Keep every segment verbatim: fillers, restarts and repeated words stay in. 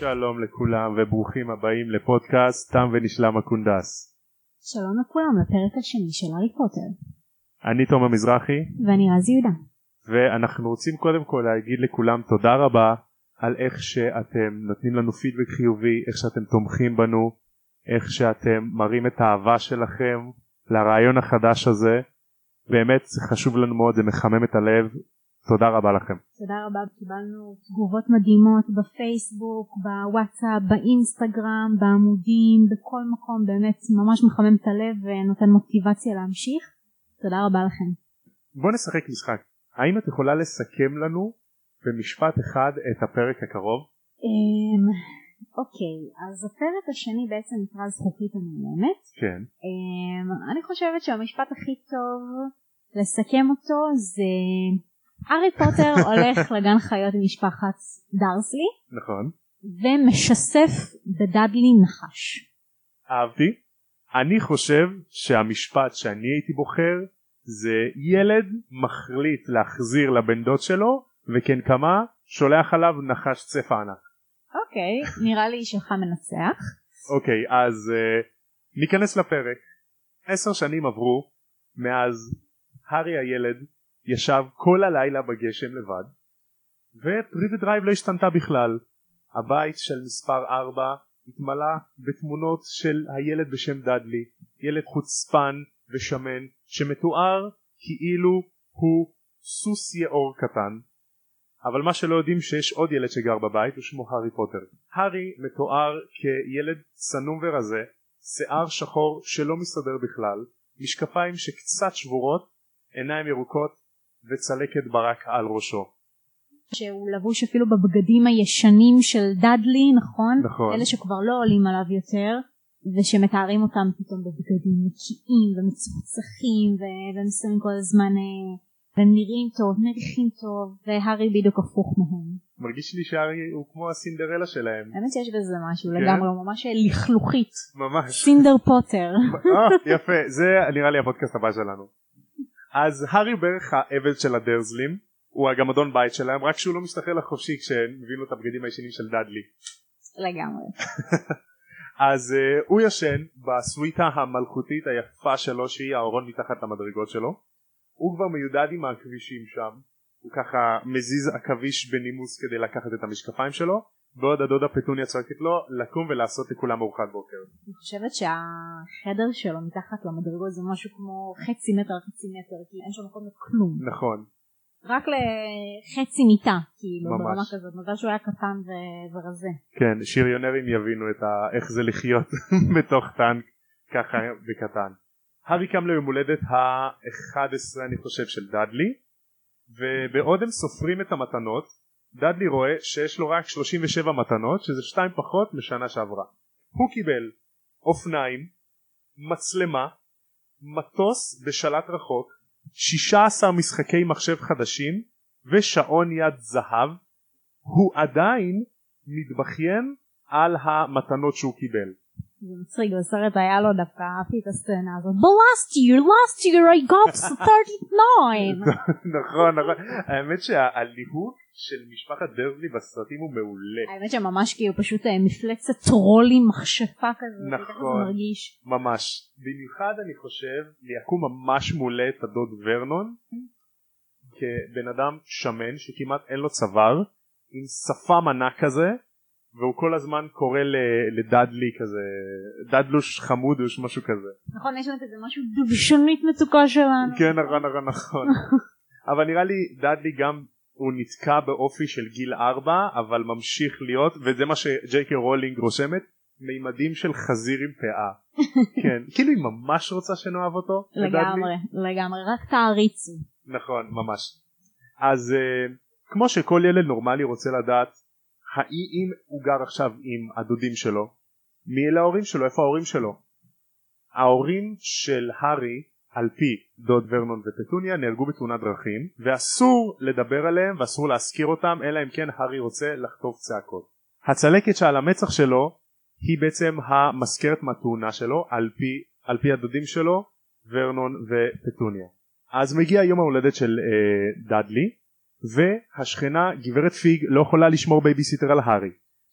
שלום לכולם וברוכים הבאים לפודקאסט תם ונשלם הקונדס. שלום לכולם לפרק השני של הארי פוטר. אני תומר מזרחי ואני רז יהודה, ואנחנו רוצים קודם כל להגיד לכולם תודה רבה על איך שאתם נותנים לנו פידבק חיובי, איך שאתם תומכים בנו, איך שאתם מראים את האהבה שלכם לרעיון החדש הזה. באמת זה חשוב לנו מאוד, זה מחמם את הלב. תודה רבה לכם. תודה רבה. קיבלנו תגובות מדהימות בפייסבוק, בוואטסאפ, באינסטגרם, בעמודים, בכל מקום. באמת ממש מחמם את הלב ונותן מוטיבציה להמשיך. תודה רבה לכם. בוא נשחק משחק. האם את יכולה לסכם לנו במשפט אחד את הפרק הקרוב? אוקיי, אז הפרק השני בעצם נקרא זכוכית המאיימת. כן. אני חושבת שהמשפט הכי טוב לסכם אותו זה הארי פוטר הולך לגן חיות עם משפחת דרסלי. נכון. ומשסף בדאדלי נחש. אהבתי. אני חושב שהמשפט שאני הייתי בוחר זה ילד מחליט להחזיר לבן דוד שלו וכן כמה שולח עליו נחש צפה ענק. אוקיי, נראה לי שלך מנצח. אוקיי, אז uh, ניכנס לפרק. עשר שנים עברו מאז הארי הילד ישב כל הלילה בגשם לבד, ופריבט דרייב לא השתנתה בכלל. הבית של מספר ארבע התמלא בתמונות של הילד בשם דאדלי, ילד חוצפן ושמן שמתואר כאילו הוא סוס יאור קטן. אבל מה שלא יודעים שיש עוד ילד שגר בבית ושמו הארי פוטר. הארי מתואר כילד צנום ורזה, שיער שחור שלא מסתדר בכלל, משקפיים שקצת שבורות, עיניים ירוקות וצלקת ברק על ראשו. שהוא לבוש אפילו בבגדים הישנים של דאדלי, נכון? נכון. אלה שכבר לא עולים עליו יותר, ושמתארים אותם פתאום בבגדים נקיים ומצוחצחים, והם שמים כל הזמן, והם נראים טוב, מריחים טוב, והארי בדיוק הפוך מהם. מרגיש לי שהארי הוא כמו הסינדרלה שלהם. האמת שיש בזה משהו, לגמרי, ממש לכלוכית. ממש. סינדר פוטר. יפה, זה נראה לי הפודקאסט הבא שלנו. אז הארי בערך העבד של הדרזלים, הוא הגמדון בית שלהם, רק שהוא לא משתחרר לחופשי כשמבינו את הבגדים הישנים של דאדלי. לגמרי. אז uh, הוא ישן בסוויטה המלכותית היפה שלו, שהיא האורון מתחת למדרגות שלו. הוא כבר מיודד עם הכבישים שם, הוא ככה מזיז עכביש בנימוס כדי לקחת את המשקפיים שלו, ועוד הדודה פטוניה צועקת לו לקום ולעשות לכולם ארוחת בוקר. אני חושבת שהחדר שלו מתחת למדרגות זה משהו כמו חצי מטר חצי מטר, כי אין שם מקום לכלום. נכון. רק לחצי מיטה, כאילו, ברמה כזאת, מזל שהוא היה קטן ו- ורזה. כן, שריונרים יבינו את ה- איך זה לחיות בתוך טנק ככה בקטן. הארי קם ליום הולדת ה-אחד עשר אני חושב של דאדלי, ובעוד הם סופרים את המתנות, דאדלי רואה שיש לו רק שלושים ושבע מתנות, שזה שתיים פחות משנה שעברה. הוא קיבל אופניים, מצלמה, מטוס בשלט רחוק, שישה עשר משחקי מחשב חדשים ושעון יד זהב. הוא עדיין מתבכיין על המתנות שהוא קיבל. זה מצחיק, בסרט היה לו דווקא, אהבתי את הסצנה הזאת. But last year, last year I got thirty-nine. נכון, נכון. האמת שהליהוק של משפחת דרזלי בסרטים הוא מעולה. האמת שממש כאילו פשוט מפלצת טרולים, מכשפה כזה. נכון, ממש. במיוחד אני חושב ליקום ממש מולה את הדוד ורנון, כבן אדם שמן שכמעט אין לו צוואר, עם שפם ענק כזה, והוא כל הזמן קורא לדאדלי כזה, דאדלוש חמודוש, משהו כזה. נכון, יש לנו כזה משהו דובשונית מצוקה שלנו. כן, נכון, נכון, נכון. אבל נראה לי דאדלי גם הוא נתקע באופי של גיל ארבע, אבל ממשיך להיות, וזה מה שג'יי קיי רולינג רושמת, מימדים של חזיר עם פאה. כן, כאילו היא ממש רוצה שנאהב אותו. לגמרי, לגמרי, רק תעריצו. נכון, ממש. אז כמו שכל ילד נורמלי רוצה לדעת, האם הוא גר עכשיו עם הדודים שלו, מי אלה ההורים שלו, איפה ההורים שלו? ההורים של הארי, על פי דוד ורנון ופטוניה, נהרגו בתאונת דרכים, ואסור לדבר עליהם ואסור להזכיר אותם, אלא אם כן הארי רוצה לחטוף צעקות. הצלקת שעל המצח שלו היא בעצם המזכרת מהתאונה שלו, על פי, על פי הדודים שלו, ורנון ופטוניה. אז מגיע יום ההולדת של אה, דאדלי, והשכנה גברת פיג לא יכולה לשמור בייביסיטר על הארי.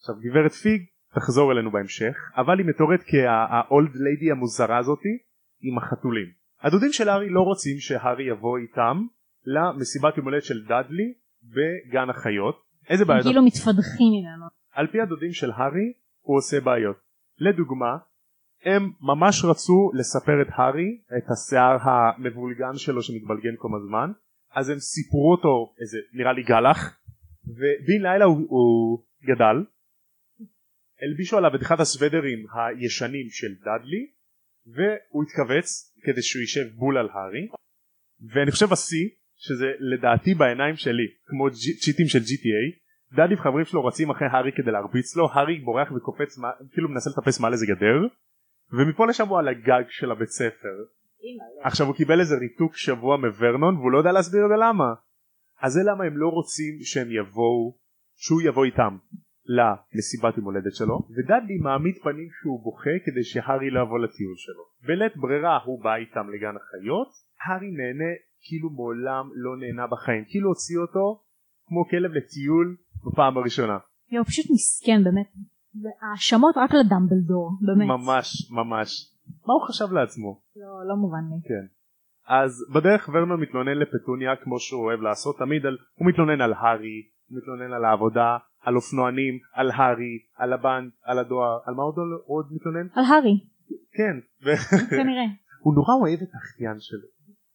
עכשיו גברת פיג תחזור אלינו בהמשך, אבל היא מתוארת כהאולד ליידי המוזרה הזאתי עם החתולים. הדודים של הארי לא רוצים שהארי יבוא איתם למסיבת יום הולדת של דאדלי בגן החיות. איזה בעיות? כאילו מתפדחים ממנו. על פי הדודים של הארי הוא עושה בעיות. לדוגמה, הם ממש רצו לספר את הארי, את השיער המבולגן שלו שמתבלגן כל הזמן, אז הם סיפרו אותו איזה נראה לי גלח, ובין לילה הוא, הוא גדל, הלבישו עליו את אחד הסוודרים הישנים של דאדלי, והוא התכווץ כדי שהוא יישב בול על הארי, ואני חושב השיא, שזה לדעתי בעיניים שלי, כמו צ'יטים של ג'י טי איי, דאדלי וחברים שלו רצים אחרי הארי כדי להרביץ לו, הארי בורח וקופץ, כאילו מנסה לטפס מעל איזה גדר, ומפה לשם הוא על הגג של הבית ספר. עכשיו הוא קיבל איזה ריתוק שבוע מוורנון והוא לא יודע להסביר את זה למה. אז זה למה הם לא רוצים שהם יבואו, שהוא יבוא איתם למסיבת יום הולדת שלו, ודאדלי מעמיד פנים שהוא בוכה כדי שהארי לא יבוא לטיול שלו. בלית ברירה הוא בא איתם לגן החיות, הארי נהנה כאילו מעולם לא נהנה בחיים, כאילו הוציא אותו כמו כלב לטיול בפעם הראשונה. הוא פשוט מסכן באמת, האשמות רק לדמבלדור, באמת. ממש ממש. מה הוא חשב לעצמו? לא, לא מובן לי. כן. אז בדרך ורנון מתלונן לפטוניה כמו שהוא אוהב לעשות תמיד, על, הוא מתלונן על הארי, הוא מתלונן על העבודה, על אופנוענים, על הארי, על הבנק, על הדואר, על מה עוד, עוד מתלונן? על הארי. כן. כנראה. הוא נורא אוהב את האחיין שלו.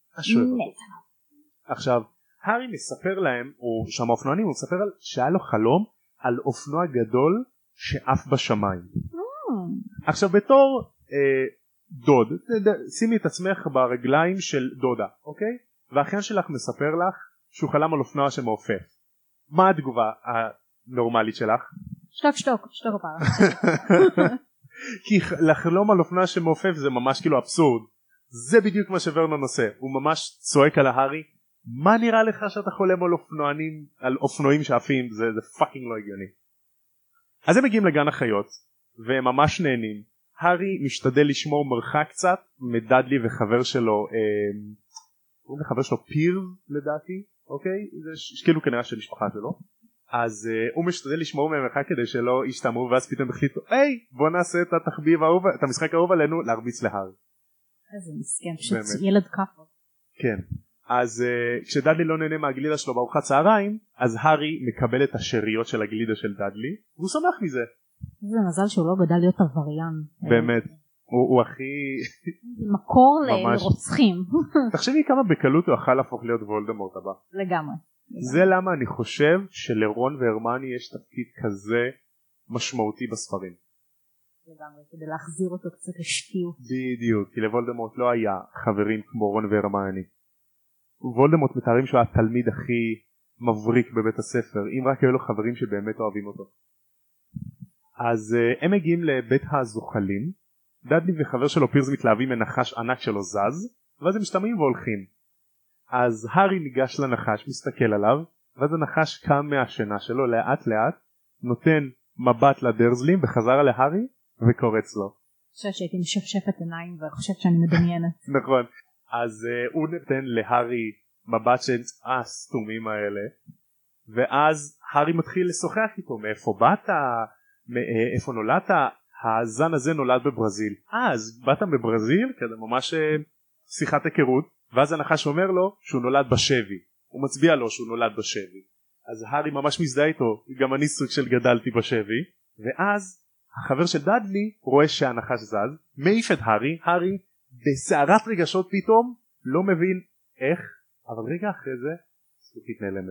עכשיו, הארי מספר להם, או שם האופנוענים, הוא מספר על, שהיה לו חלום על אופנוע גדול שעף בשמיים. עכשיו בתור אה, דוד, שימי את עצמך ברגליים של דודה, אוקיי? והאחיין שלך מספר לך שהוא חלם על אופנוע שמעופף. מה התגובה הנורמלית שלך? שתוק שתוק, שתוק הפעם. כי לחלום על אופנוע שמעופף זה ממש כאילו אבסורד. זה בדיוק מה שוורנון עושה. הוא ממש צועק על ההארי, מה נראה לך שאתה חולם על אופנוענים, על אופנועים שעפים? זה, זה פאקינג לא הגיוני. אז הם מגיעים לגן החיות והם ממש נהנים. הארי משתדל לשמור מרחק קצת מדאדלי וחבר שלו, אה, חבר שלו פיר לדעתי, אוקיי? זה כאילו כנראה של משפחה שלו. אז אה, הוא משתדל לשמור ממרחק כדי שלא ישתמרו, ואז פתאום החליטו, היי בוא נעשה את התחביב האהוב, את המשחק האהוב עלינו, להרביץ להארי. איזה מסכן, פשוט ילד כפה. כן. אז uh, כשדאדלי לא נהנה מהגלידה שלו בארוחת צהריים, אז הארי מקבל את השאריות של הגלידה של דאדלי, והוא שמח מזה. איזה מזל שהוא לא גדל להיות עבריין. באמת, הוא, הוא הכי... מקור לרוצחים. תחשבי כמה בקלות הוא יכול להפוך להיות וולדמורט הבא. לגמרי. זה למה אני חושב שלרון והרמני יש תפקיד כזה משמעותי בספרים. לגמרי, כדי להחזיר אותו קצת לשפיות. בדיוק, כי לוולדמורט לא היה חברים כמו רון והרמני. וולדמורט מתארים שהוא התלמיד הכי מבריק בבית הספר, אם רק היו לו חברים שבאמת אוהבים אותו. אז uh, הם מגיעים לבית הזוחלים, דאדלי וחבר שלו פירס מתלהבים מנחש ענק שלו זז, ואז הם משתמעים והולכים. אז הארי ניגש לנחש, מסתכל עליו, ואז הנחש קם מהשינה שלו לאט לאט, נותן מבט לדרזלים בחזרה להארי וקורץ לו. אני חושבת שהייתי משפשפת עיניים וחושבת שאני מדמיינת. נכון. אז uh, הוא נותן להארי מבט של אה סתומים האלה, ואז הארי מתחיל לשוחח איתו, מאיפה באת, מאיפה נולדת, הזן הזה נולד בברזיל. אה אז באת בברזיל? כזה ממש uh, שיחת היכרות, ואז הנחש אומר לו שהוא נולד בשבי, הוא מצביע לו שהוא נולד בשבי, אז הארי ממש מזדהה איתו, גם אני סוג של גדלתי בשבי, ואז החבר של דאדלי רואה שהנחש זז, מעיף את הארי, הארי בסערת רגשות פתאום, לא מבין איך, אבל רגע אחרי זה, זכוכית נעלמת.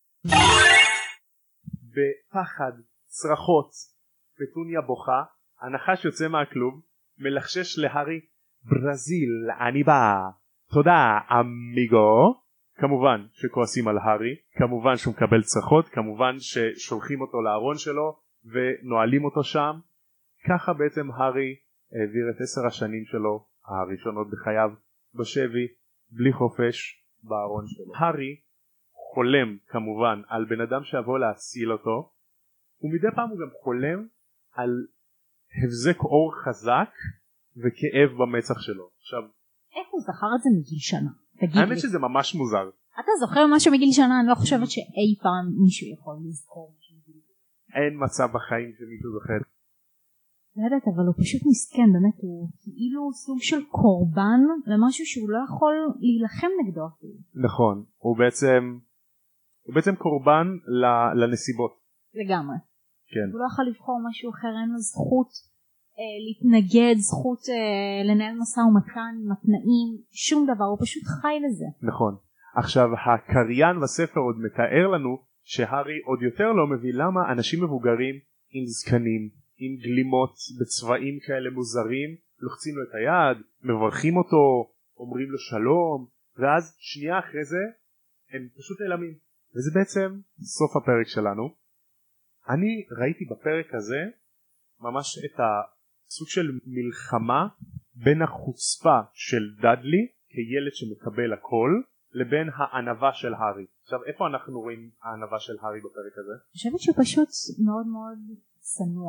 בפחד, צרחות, פטוניה בוכה, הנחש יוצא מהכלוב, מלחשש להארי, ברזיל, אני בא, תודה, אמיגו. כמובן שכועסים על הארי, כמובן שהוא מקבל צרחות, כמובן ששולחים אותו לארון שלו, ונועלים אותו שם. ככה בעצם הארי העביר את עשר השנים שלו, הראשונות בחייו, בשבי, בלי חופש, בארון שלו. הארי חולם כמובן על בן אדם שיבוא להציל אותו, ומדי פעם הוא גם חולם על הבזק אור חזק וכאב במצח שלו. עכשיו, איך הוא זכר את זה מגיל שנה? תגיד האמת לי. שזה ממש מוזר. אתה זוכר משהו מגיל שנה? אני לא חושבת שאי פעם מישהו יכול לזכור משהו מגיל. אין מצב בחיים שמישהו זוכר. לא יודעת, אבל הוא פשוט מסכן, באמת, הוא כאילו סוג של קורבן למשהו שהוא לא יכול להילחם נגדו. נכון, הוא בעצם, הוא בעצם קורבן לנסיבות. לגמרי. כן. הוא לא יכול לבחור משהו אחר, אין לו זכות אה, להתנגד, זכות אה, לנהל משא ומתן עם התנאים, שום דבר, הוא פשוט חי לזה. נכון. עכשיו, הקריין בספר עוד מתאר לנו שהארי עוד יותר לא מבין למה אנשים מבוגרים עם זקנים, עם גלימות בצבעים כאלה מוזרים, לוחצים לו את היד, מברכים אותו, אומרים לו שלום, ואז שנייה אחרי זה הם פשוט נעלמים. וזה בעצם סוף הפרק שלנו. אני ראיתי בפרק הזה ממש את הסוג של מלחמה בין החוצפה של דאדלי כילד שמקבל הכל לבין הענווה של הארי. עכשיו איפה אנחנו רואים הענווה של הארי בפרק הזה? אני חושבת שהוא פשוט מאוד מאוד צנוע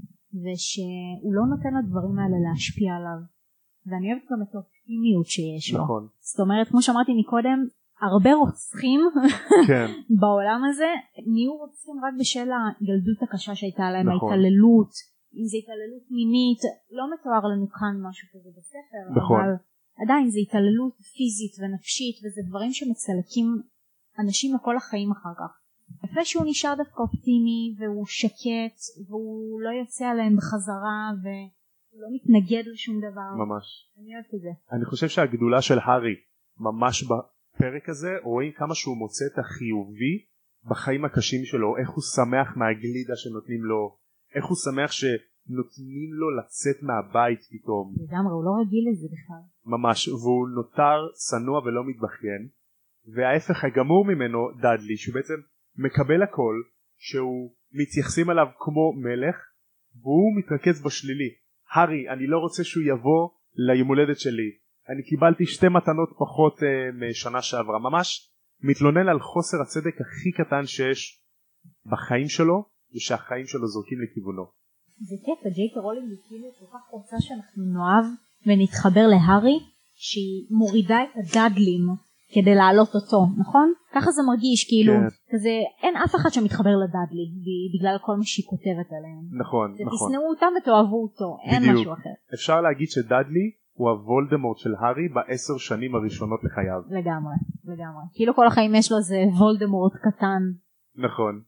ושהוא לא נותן לדברים האלה להשפיע עליו, ואני אוהבת גם את האופטימיות שיש לו. נכון. זאת אומרת, כמו שאמרתי מקודם, הרבה רוצחים כן. בעולם הזה נהיו רוצחים רק בשל הילדות הקשה שהייתה להם, נכון. ההתעללות, אם זה התעללות מינית, לא מתואר לנו כאן משהו כזה בספר, נכון. אבל עדיין זה התעללות פיזית ונפשית, וזה דברים שמצלקים אנשים לכל החיים אחר כך. יפה שהוא נשאר דווקא אופטימי והוא שקט והוא לא יוצא עליהם בחזרה והוא לא מתנגד לשום דבר. ממש. אני אוהבת את זה. אני חושב שהגדולה של הארי ממש בפרק הזה, רואים כמה שהוא מוצא את החיובי בחיים הקשים שלו, איך הוא שמח מהגלידה שנותנים לו, איך הוא שמח שנותנים לו לצאת מהבית פתאום. לגמרי, הוא לא רגיל לזה בכלל. ממש, והוא נותר צנוע ולא מתבכיין, וההפך הגמור ממנו דאדלי, שהוא בעצם מקבל הכל, שהוא מתייחסים עליו כמו מלך, והוא מתרכז בשלילי. הארי, אני לא רוצה שהוא יבוא ליום הולדת שלי, אני קיבלתי שתי מתנות פחות uh, משנה שעברה, ממש מתלונן על חוסר הצדק הכי קטן שיש בחיים שלו, ושהחיים שלו זורקים לכיוונו. זה כיף, הג'יי קיי רולינג כאילו כל כך רוצה שאנחנו נאהב ונתחבר להארי, שהיא מורידה את הדאדלים כדי להעלות אותו, נכון? ככה זה מרגיש, כאילו, כן. כזה, אין אף אחד שמתחבר לדאדלי, בגלל כל מה שהיא כותבת עליהם. נכון, זה נכון. תסנאו אותם ותאהבו אותו, אין בדיוק. משהו אחר. אפשר להגיד שדאדלי הוא הוולדמורט של הארי בעשר שנים הראשונות לחייו. לגמרי, לגמרי. כאילו כל החיים יש לו זה וולדמורט קטן. נכון.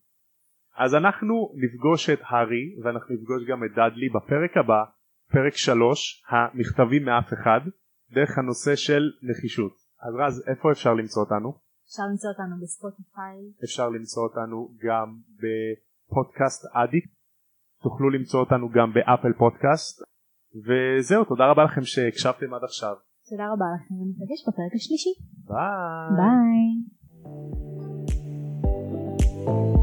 אז אנחנו נפגוש את הארי, ואנחנו נפגוש גם את דאדלי בפרק הבא, פרק שלוש, המכתבים מאף אחד, דרך הנושא של נחישות. אז רז, איפה אפשר למצוא אותנו? אפשר למצוא אותנו בספוטיפיי. אפשר למצוא אותנו גם בפודקאסט אדיק. תוכלו למצוא אותנו גם באפל פודקאסט. וזהו, תודה רבה לכם שהקשבתם עד עכשיו. תודה רבה לכם, ונפגש בפרק השלישי. ביי. ביי.